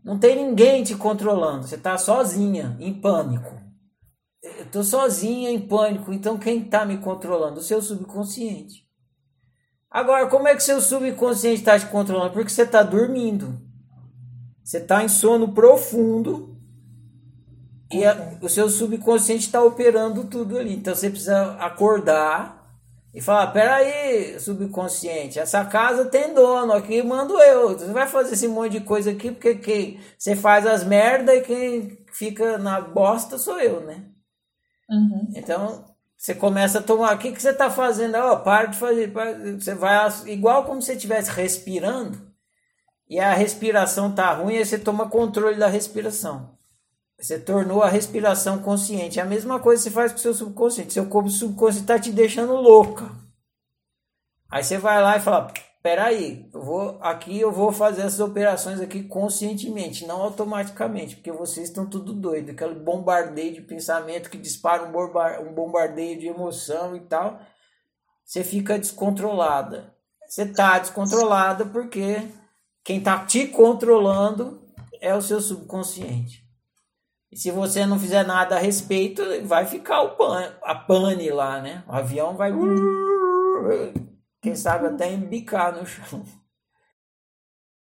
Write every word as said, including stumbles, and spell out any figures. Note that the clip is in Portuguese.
Não tem ninguém te controlando. Você tá sozinha, em pânico. Eu tô sozinha, em pânico. Então quem tá me controlando? O seu subconsciente. Agora, como é que seu subconsciente está te controlando? Porque você tá dormindo. Você tá em sono profundo. E a, o seu subconsciente está operando tudo ali. Então você precisa acordar e falar, peraí, subconsciente, essa casa tem dono, aqui mando eu. Você vai fazer esse monte de coisa aqui porque quem, você faz as merda e quem fica na bosta sou eu, né? Uhum. Então, você começa a tomar, o que, que você está fazendo? Oh, para de fazer, para, você vai, igual como se você estivesse respirando e a respiração tá ruim, aí você toma controle da respiração. Você tornou a respiração consciente. É a mesma coisa que você faz com o seu subconsciente. Seu corpo subconsciente está te deixando louca. Aí você vai lá e fala, peraí, eu vou, aqui eu vou fazer essas operações aqui conscientemente, não automaticamente, porque vocês estão tudo doido. Aquele bombardeio de pensamento que dispara um bombardeio de emoção e tal. Você fica descontrolada. Você está descontrolada porque quem está te controlando é o seu subconsciente. E se você não fizer nada a respeito, vai ficar o pan, a pane lá, né? O avião vai, quem sabe, até embicar no chão.